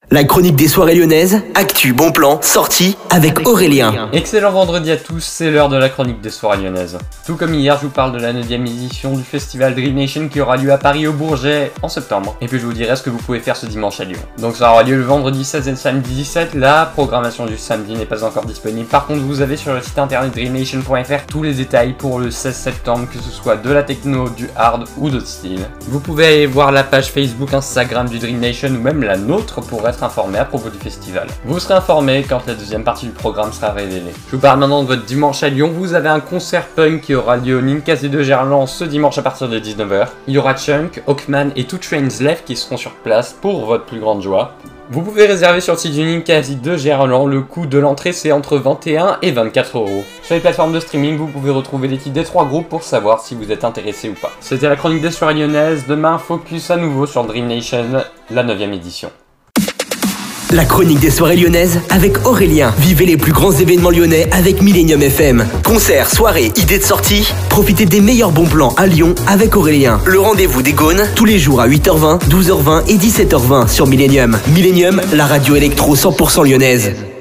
La chronique des soirées lyonnaises, actu, bon plan, sortie avec Aurélien. Excellent vendredi à tous, c'est l'heure de la chronique des soirées lyonnaises. Tout comme hier, je vous parle de la 9e édition du festival Dream Nation qui aura lieu à Paris au Bourget en septembre. Et puis je vous dirai ce que vous pouvez faire ce dimanche à Lyon. Donc ça aura lieu le vendredi 16 et le samedi 17, la programmation du samedi n'est pas encore disponible. Par contre, vous avez sur le site internet dreamnation.fr tous les détails pour le 16 septembre, que ce soit de la techno, du hard ou d'autres styles. Vous pouvez aller voir la page Facebook, Instagram du Dream Nation ou même la nôtre pour être informé à propos du festival. Vous serez informé quand la deuxième partie du programme sera révélée. Je vous parle maintenant de votre dimanche à Lyon. Vous avez un concert punk qui aura lieu au Ninkasi de Gerland ce dimanche à partir de 19h. Il y aura Chunk, Hawkman et Two Trains Left qui seront sur place pour votre plus grande joie. Vous pouvez réserver sur le site du Ninkasi de Gerland. Le coût de l'entrée c'est entre 21 et 24 euros. Sur les plateformes de streaming, vous pouvez retrouver les titres des trois groupes pour savoir si vous êtes intéressé ou pas. C'était la chronique des soirées lyonnaises. Demain, focus à nouveau sur Dream Nation, la 9e édition. La chronique des soirées lyonnaises avec Aurélien. Vivez les plus grands événements lyonnais avec Millennium FM. Concerts, soirées, idées de sortie. Profitez des meilleurs bons plans à Lyon avec Aurélien. Le rendez-vous des Gaunes, tous les jours à 8h20, 12h20 et 17h20 sur Millennium. Millennium, la radio électro 100% lyonnaise.